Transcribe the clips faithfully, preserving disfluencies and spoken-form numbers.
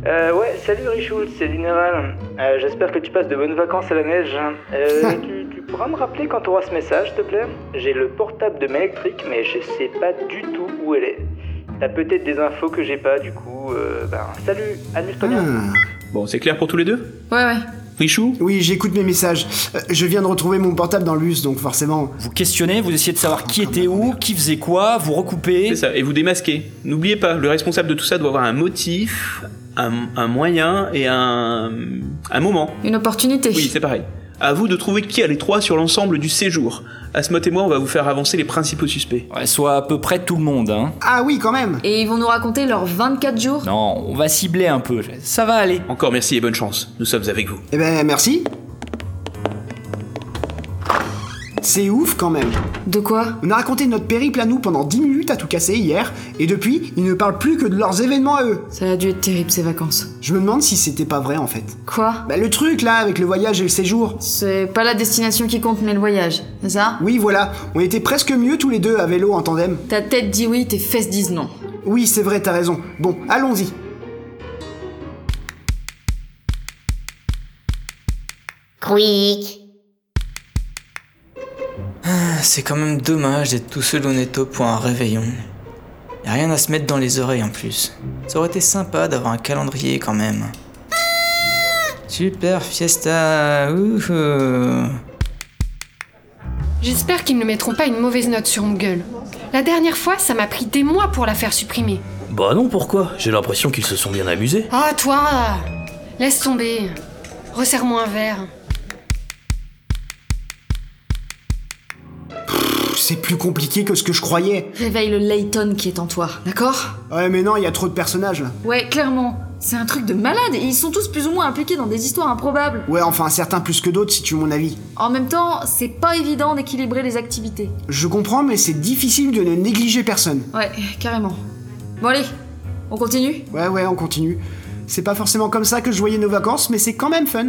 Euh, ouais, salut Richoult, c'est Dineral. Euh, j'espère que tu passes de bonnes vacances à la neige. Euh, tu, tu pourras me rappeler quand tu auras ce message, s'il te plaît? J'ai le portable de Malectric, mais je sais pas du tout où elle est. T'as peut-être des infos que j'ai pas, du coup, euh, ben, salut, amuse-toi bien. Ah. Bon, c'est clair pour tous les deux? Ouais, ouais. Richou? Oui, j'écoute mes messages. Euh, je viens de retrouver mon portable dans le bus, donc forcément... Vous questionnez, vous essayez de savoir qui était où, qui faisait quoi, vous recoupez... C'est ça, et vous démasquez. N'oubliez pas, le responsable de tout ça doit avoir un motif, un, un moyen et un... un moment. Une opportunité. Oui, c'est pareil. À vous de trouver qui a les trois sur l'ensemble du séjour. Asmot et moi, on va vous faire avancer les principaux suspects. Ouais, soit à peu près tout le monde, hein. Ah oui, quand même. Et ils vont nous raconter leurs vingt-quatre jours. Non, on va cibler un peu, ça va aller. Encore merci et bonne chance, nous sommes avec vous. Eh ben, merci. C'est ouf, quand même. De quoi? On a raconté notre périple à nous pendant dix minutes à tout casser hier, et depuis, ils ne parlent plus que de leurs événements à eux. Ça a dû être terrible ces vacances. Je me demande si c'était pas vrai, en fait. Quoi? Bah le truc, là, avec le voyage et le séjour. C'est pas la destination qui compte, mais le voyage, c'est ça? Oui, voilà, on était presque mieux tous les deux à vélo en tandem. Ta tête dit oui, tes fesses disent non. Oui, c'est vrai, t'as raison. Bon, allons-y. Quick. C'est quand même dommage d'être tout seul au netto pour un réveillon. Y'a rien à se mettre dans les oreilles en plus. Ça aurait été sympa d'avoir un calendrier quand même. Super fiesta, ouhou. J'espère qu'ils ne mettront pas une mauvaise note sur mon gueule. La dernière fois, ça m'a pris des mois pour la faire supprimer. Bah non, pourquoi? J'ai l'impression qu'ils se sont bien amusés. Ah, toi, laisse tomber. Resserre-moi un verre. C'est plus compliqué que ce que je croyais. Réveille le Layton qui est en toi, d'accord? Ouais, mais non, il y a trop de personnages, là. Ouais, clairement. C'est un truc de malade et ils sont tous plus ou moins impliqués dans des histoires improbables. Ouais, enfin, certains plus que d'autres, si tu veux mon avis. En même temps, c'est pas évident d'équilibrer les activités. Je comprends, mais c'est difficile de ne négliger personne. Ouais, carrément. Bon allez, on continue? Ouais, ouais, on continue. C'est pas forcément comme ça que je voyais nos vacances, mais c'est quand même fun.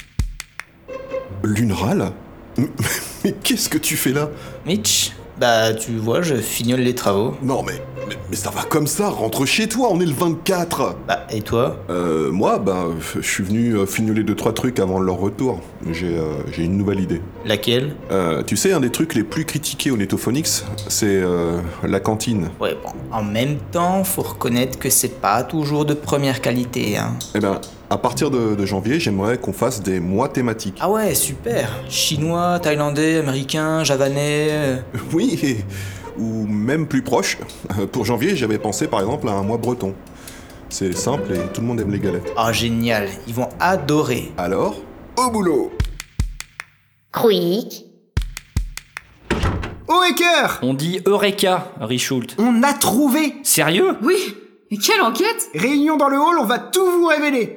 Lunral? Mais qu'est-ce que tu fais là? Mitch, bah tu vois, je fignole les travaux. Non mais, mais, mais ça va comme ça, rentre chez toi, on est le vingt-quatre. Bah et toi? Euh, moi, bah, je suis venu euh, fignoler deux trois trucs avant leur retour. J'ai euh, j'ai une nouvelle idée. Laquelle? Euh, tu sais, un des trucs les plus critiqués au Netophonix, c'est euh, la cantine. Ouais, bon, en même temps, faut reconnaître que c'est pas toujours de première qualité, hein. Eh ben, à partir de, de janvier, j'aimerais qu'on fasse des mois thématiques. Ah ouais, super. Chinois, thaïlandais, américain, javanais... Oui, et, ou même plus proche. Pour janvier, j'avais pensé par exemple à un mois breton. C'est simple et tout le monde aime les galettes. Ah, génial, ils vont adorer. Alors, au boulot! Quick. Oh, Hacker! On dit Eureka, Richoult. On a trouvé! Sérieux? Oui. Mais quelle enquête? Réunion dans le hall, on va tout vous révéler!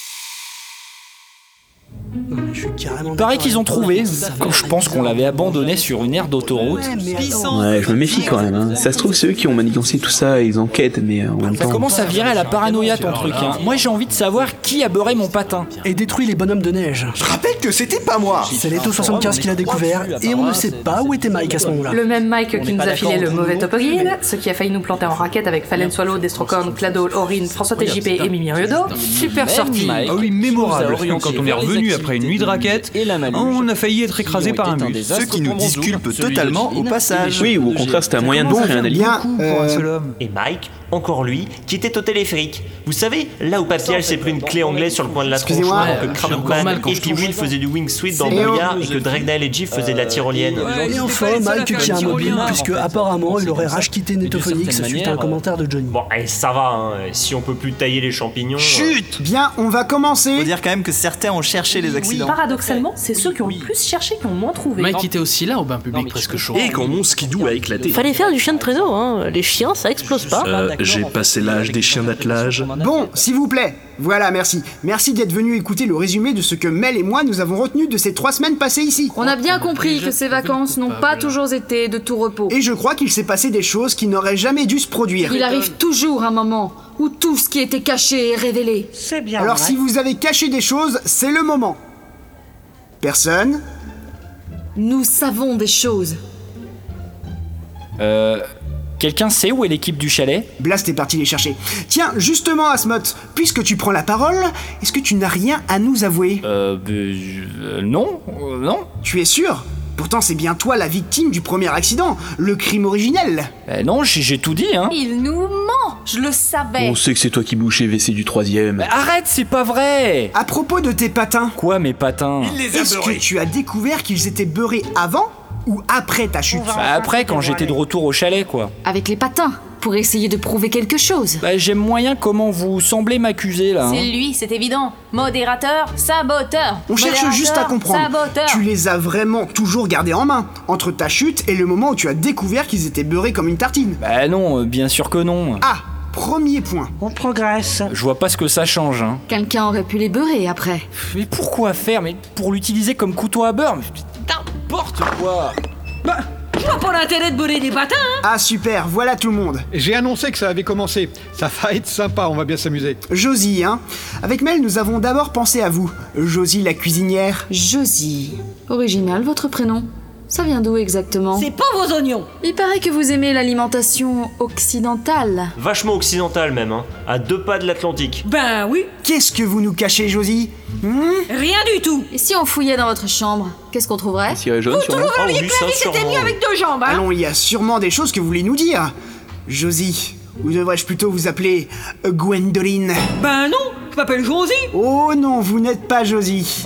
Je suis carrément Il paraît qu'ils ont trouvé. Je pense qu'on l'avait abandonné sur une aire d'autoroute. Ouais, je me méfie quand même, hein. Ça se trouve, c'est eux qui ont manigancé tout ça, ils enquêtent, mais euh, en même Ça temps... commence à virer à la paranoïa ton truc, hein. Moi j'ai envie de savoir qui a beurré mon patin. Et détruit les bonhommes de neige. Je rappelle que c'était pas moi. C'est l'Eto soixante-quinze qui l'a découvert, et on ne sait pas où était Mike à ce moment-là. Le même Mike qui nous a filé le mauvais topo guide, ce qui a failli nous planter en raquette avec Fallen Swallow, Destrocorn, Clado, Aurine, François T J P et Mimi Riodo. Super sortie. Ah oui, mémorable. Quand on est revenu après une nuit de raquette, on a failli être écrasé par un bus. Ce qui nous disculpe totalement au passage. Oui, ou au contraire, c'était un moyen de créer un allié. Bien, euh, Et Mike, encore lui, qui était au téléphérique. Vous savez, là où Papial s'est pris une clé anglaise sur le coin de la tronche, Excusez-moi, pendant que Kramerman et puis Will faisaient du wingsuit dans le C'est- brouillard et que Dregnail et Jeff faisaient de la tyrolienne. Et enfin, Mike qui a un mobile, puisque apparemment il aurait rage quitté Netophonix suite à un commentaire de Johnny. Bon, allez, ça va, hein. Si on peut plus tailler les champignons... Chut! bien, on va commencer! Faut dire quand même que certains ont cherché les accidents. Paradoxalement, c'est ceux qui ont le plus cherché qui ont moins trouvé. Mike était aussi là au bain public presque chaud. Et quand mon skidoo a éclaté. Fallait faire du chien de traîneau, hein. Les chiens, ça explose pas. Euh, j'ai passé l'âge des chiens d'attelage. Bon, s'il vous plaît, voilà, merci. Merci d'être venu écouter le résumé de ce que Mel et moi nous avons retenu de ces trois semaines passées ici. On a bien compris que ces vacances n'ont pas toujours été de tout repos. Et je crois qu'il s'est passé des choses qui n'auraient jamais dû se produire. Il arrive toujours un moment où tout ce qui était caché est révélé. C'est bien. Alors si vous avez caché des choses, c'est le moment. Personne? Nous savons des choses. Euh... Quelqu'un sait où est l'équipe du chalet? Blast est parti les chercher. Tiens, justement, Asmoth, puisque tu prends la parole, est-ce que tu n'as rien à nous avouer? Euh, euh, euh non, euh, non. Tu es sûr? Pourtant, c'est bien toi la victime du premier accident, le crime originel. Euh, non, j'ai, j'ai tout dit, hein. Il nous ment, je le savais. On sait que c'est toi qui bouchais V C du troisième. Mais arrête, c'est pas vrai. À propos de tes patins. Quoi, mes patins? Il les a Est-ce beurrés. que tu as découvert qu'ils étaient beurrés avant ou après ta chute? Bah après, quand j'étais de retour au chalet, quoi. Avec les patins, pour essayer de prouver quelque chose. Bah j'aime moyen comment vous semblez m'accuser, là. C'est hein. lui, c'est évident. Modérateur, saboteur. On cherche Modérateur, juste à comprendre. Saboteur. Tu les as vraiment toujours gardés en main, entre ta chute et le moment où tu as découvert qu'ils étaient beurrés comme une tartine? Bah non, euh, bien sûr que non. Ah, premier point. On progresse. Je vois pas ce que ça change, hein. Quelqu'un aurait pu les beurrer après. Mais pourquoi faire? Mais pour l'utiliser comme couteau à beurre? Mais n'importe quoi. Bah, je vois pas l'intérêt de beurrer des patins, hein. Ah super, voilà tout le monde. J'ai annoncé que ça avait commencé. Ça va être sympa, on va bien s'amuser. Josie, hein. Avec Mel, nous avons d'abord pensé à vous. Josie la cuisinière. Josie. Original votre prénom. Ça vient d'où exactement? C'est pas vos oignons. Il paraît que vous aimez l'alimentation occidentale. Vachement occidental même, hein. À deux pas de l'Atlantique. Ben oui. Qu'est-ce que vous nous cachez, Josie? hmm Rien du tout. Et si on fouillait dans votre chambre, qu'est-ce qu'on trouverait? Ciré jaune, Vous sûrement. trouveriez que la vie c'était mieux avec deux jambes, hein. Allons, il y a sûrement des choses que vous voulez nous dire. Josie, ou devrais-je plutôt vous appeler Gwendoline? Ben non, je m'appelle Josie. Oh non, vous n'êtes pas Josie.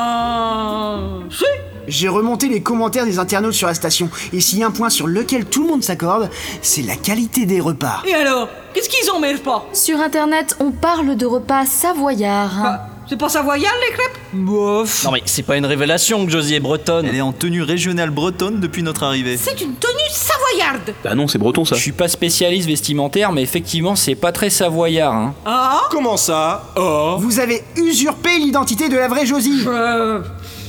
Ah, si. J'ai remonté les commentaires des internautes sur la station, et s'il y a un point sur lequel tout le monde s'accorde, c'est la qualité des repas. Et alors, qu'est-ce qu'ils en mêlent pas? Sur internet, on parle de repas savoyards. Bah, c'est pas savoyard les crêpes? Bof. Non mais c'est pas une révélation que Josie est bretonne. Elle est en tenue régionale bretonne depuis notre arrivée. C'est une tenue savoyarde. Bah non, c'est breton ça. Je suis pas spécialiste vestimentaire, mais effectivement, c'est pas très savoyard, hein. Ah? Comment ça? Oh. Vous avez usurpé l'identité de la vraie Josie. Euh...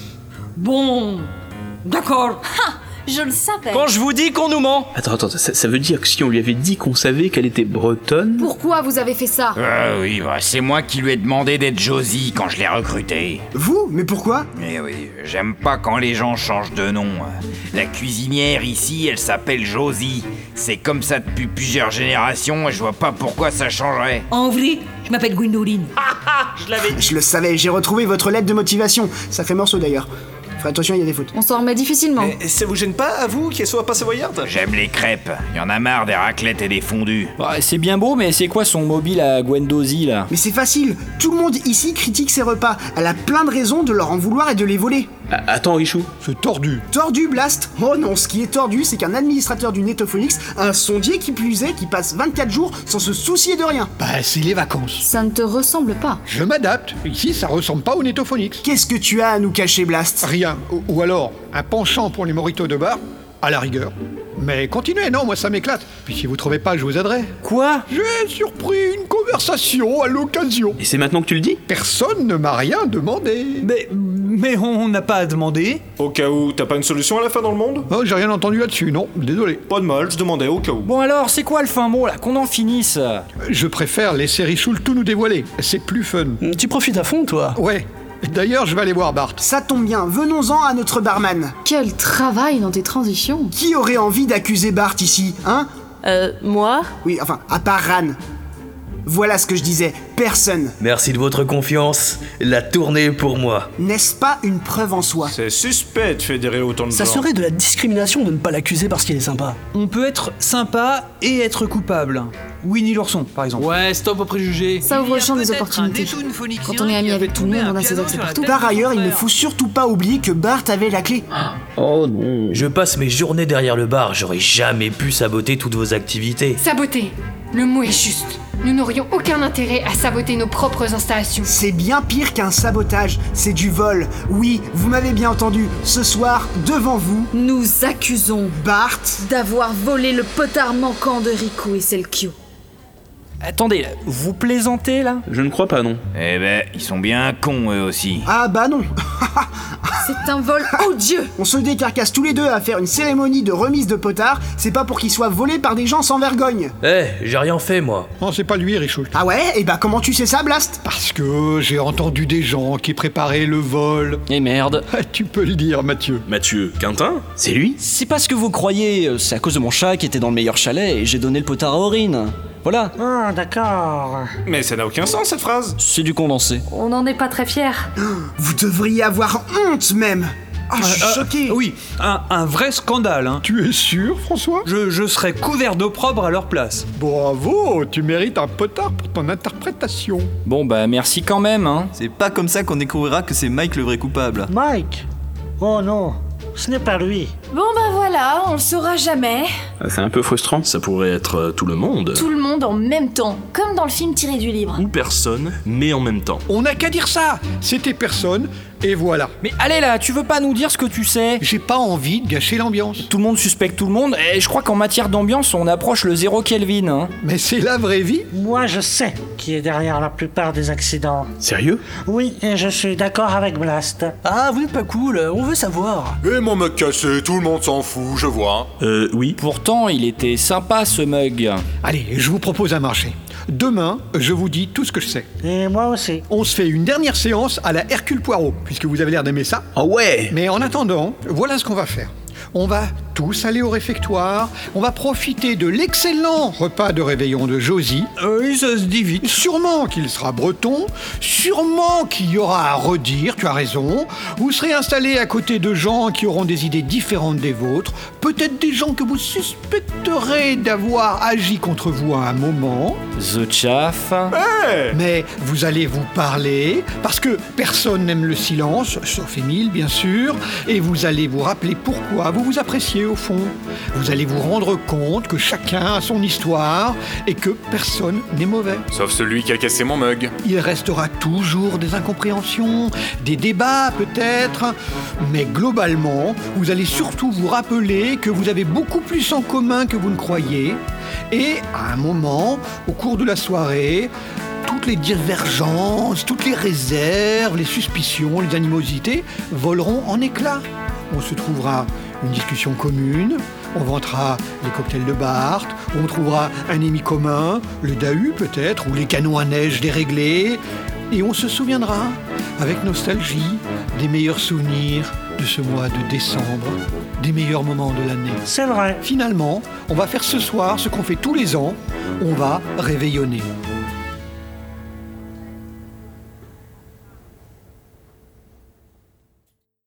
Bon... D'accord. Ha! Je le savais. Quand je vous dis qu'on nous ment. Attends, attends, ça, ça veut dire que si on lui avait dit qu'on savait qu'elle était bretonne... Pourquoi vous avez fait ça? Euh, oui, bah, c'est moi qui lui ai demandé d'être Josie quand je l'ai recrutée. Vous? Mais pourquoi? Eh oui, j'aime pas quand les gens changent de nom. La cuisinière ici, elle s'appelle Josie. C'est comme ça depuis plusieurs générations et je vois pas pourquoi ça changerait. En vrai, je m'appelle Gwendoline. Je l'avais dit. Je le savais, j'ai retrouvé votre lettre de motivation. Sacré morceau d'ailleurs. Faites attention, il y a des fautes. On s'en remet difficilement. Mais ça vous gêne pas, à vous, qu'elle soit pas savoyarde? J'aime les crêpes. Y en a marre des raclettes et des fondus. Ouais, c'est bien beau, mais c'est quoi son mobile à Gwendozy, là? Mais c'est facile, tout le monde ici critique ses repas. Elle a plein de raisons de leur en vouloir et de les voler. Ah, attends, Richou. C'est tordu. Tordu, Blast? Oh non, ce qui est tordu, c'est qu'un administrateur du Netophonix, un sondier qui plus est, qui passe vingt-quatre jours sans se soucier de rien. Bah, c'est les vacances. Ça ne te ressemble pas. Je m'adapte. Ici, ça ressemble pas au Netophonix. Qu'est-ce que tu as à nous cacher, Blast? Rien. Ou, ou alors, un penchant pour les mojitos de bar, à la rigueur. Mais continuez, non, moi ça m'éclate. Puis si vous trouvez pas, je vous aiderai. Quoi? J'ai surpris une conversation à l'occasion. Et c'est maintenant que tu le dis? Personne ne m'a rien demandé. Mais, mais on n'a pas à demander. Au cas où, t'as pas une solution à la fin dans le monde? Oh, j'ai rien entendu là-dessus, non, désolé. Pas de mal, je demandais au cas où. Bon alors, c'est quoi le fin mot, là? Qu'on en finisse. Je préfère laisser Richoul tout nous dévoiler. C'est plus fun. Tu profites à fond, toi. Ouais. D'ailleurs, je vais aller voir Bart. Ça tombe bien, venons-en à notre barman. Quel travail dans tes transitions. Qui aurait envie d'accuser Bart ici, hein? Euh, moi? Oui, enfin, à part Ran. Voilà ce que je disais, personne. Merci de votre confiance, la tournée est pour moi. N'est-ce pas une preuve en soi? C'est suspect de fédérer autant de Ça gens. serait de la discrimination de ne pas l'accuser parce qu'il est sympa. On peut être sympa et être coupable. Winnie l'ourson, par exemple. Ouais, stop aux préjugés. Ça ouvre le champ des opportunités. Quand on est ami avec tout le monde, on a ses accès partout. Par ailleurs, il ne faut surtout pas oublier que Bart avait la clé. Oh non. Je passe mes journées derrière le bar, j'aurais jamais pu saboter toutes vos activités. Saboter. Le mot est juste. Nous n'aurions aucun intérêt à saboter nos propres installations. C'est bien pire qu'un sabotage, c'est du vol. Oui, vous m'avez bien entendu, ce soir, devant vous, nous accusons Bart d'avoir volé le potard manquant de Riku et Selkio. Attendez, vous plaisantez, là? Je ne crois pas, non. Eh ben, ils sont bien cons, eux aussi. Ah bah non. C'est un vol odieux. On se décarcasse tous les deux à faire une cérémonie de remise de potard, c'est pas pour qu'il soit volé par des gens sans vergogne. Eh, j'ai rien fait, moi. Non, c'est pas lui, Richoult. Ah ouais? Et bah comment tu sais ça, Blast? Parce que j'ai entendu des gens qui préparaient le vol. Et merde. Tu peux le dire, Mathieu. Mathieu Quintin? C'est lui? C'est pas ce que vous croyez, c'est à cause de mon chat qui était dans le meilleur chalet et j'ai donné le potard à Aurine. Voilà. Ah, d'accord. Mais ça n'a aucun sens cette phrase. C'est du condensé. On n'en est pas très fiers. Vous devriez avoir honte même. Ah, je suis Euh, choqué. Oui, un, un vrai scandale. Hein. Tu es sûr, François? Je, je serais couvert d'opprobre à leur place. Bravo, tu mérites un potard pour ton interprétation. Bon bah merci quand même, hein. C'est pas comme ça qu'on découvrira que c'est Mike le vrai coupable. Mike? Oh non, ce n'est pas lui. Bon bah voilà, on le saura jamais. C'est un peu frustrant. Ça pourrait être euh, tout le monde. Tout le monde en même temps, comme dans le film tiré du livre. Ou personne, mais en même temps. On n'a qu'à dire ça. C'était personne, et voilà. Mais allez là, tu veux pas nous dire ce que tu sais? J'ai pas envie de gâcher l'ambiance. Tout le monde suspecte tout le monde, et je crois qu'en matière d'ambiance, on approche le zéro Kelvin, hein. Mais c'est la vraie vie. Moi, je sais qui est derrière la plupart des accidents. Sérieux? Oui, et je suis d'accord avec Blast. Ah, vous n'êtes pas cool, on veut savoir. Et mon mug cassé, tout le monde s'en fout, je vois. Euh, oui. Pourtant, il était sympa ce mug. Allez, je vous propose un marché. Demain, je vous dis tout ce que je sais. Et moi aussi. On se fait une dernière séance à la Hercule Poirot, puisque vous avez l'air d'aimer ça. Ah ouais. Mais en attendant, voilà ce qu'on va faire. On va tous aller au réfectoire, on va profiter de l'excellent repas de réveillon de Josie. Euh, oui, ça se dit vite. Sûrement qu'il sera breton, sûrement qu'il y aura à redire, tu as raison. Vous serez installés à côté de gens qui auront des idées différentes des vôtres, peut-être des gens que vous suspecterez d'avoir agi contre vous à un moment. The Chaff. Hey Mais vous allez vous parler, parce que personne n'aime le silence, sauf Émile bien sûr, et vous allez vous rappeler pourquoi vous vous appréciez au fond. Vous allez vous rendre compte que chacun a son histoire et que personne n'est mauvais. Sauf celui qui a cassé mon mug. Il restera toujours des incompréhensions, des débats peut-être, mais globalement, vous allez surtout vous rappeler que vous avez beaucoup plus en commun que vous ne croyez. Et à un moment, au cours de la soirée, toutes les divergences, toutes les réserves, les suspicions, les animosités voleront en éclats. On se trouvera une discussion commune, on vantera les cocktails de Barthes, on trouvera un ennemi commun, le Dahu peut-être, ou les canons à neige déréglés, et on se souviendra, avec nostalgie, des meilleurs souvenirs de ce mois de décembre, des meilleurs moments de l'année. C'est vrai. Finalement, on va faire ce soir ce qu'on fait tous les ans, on va réveillonner.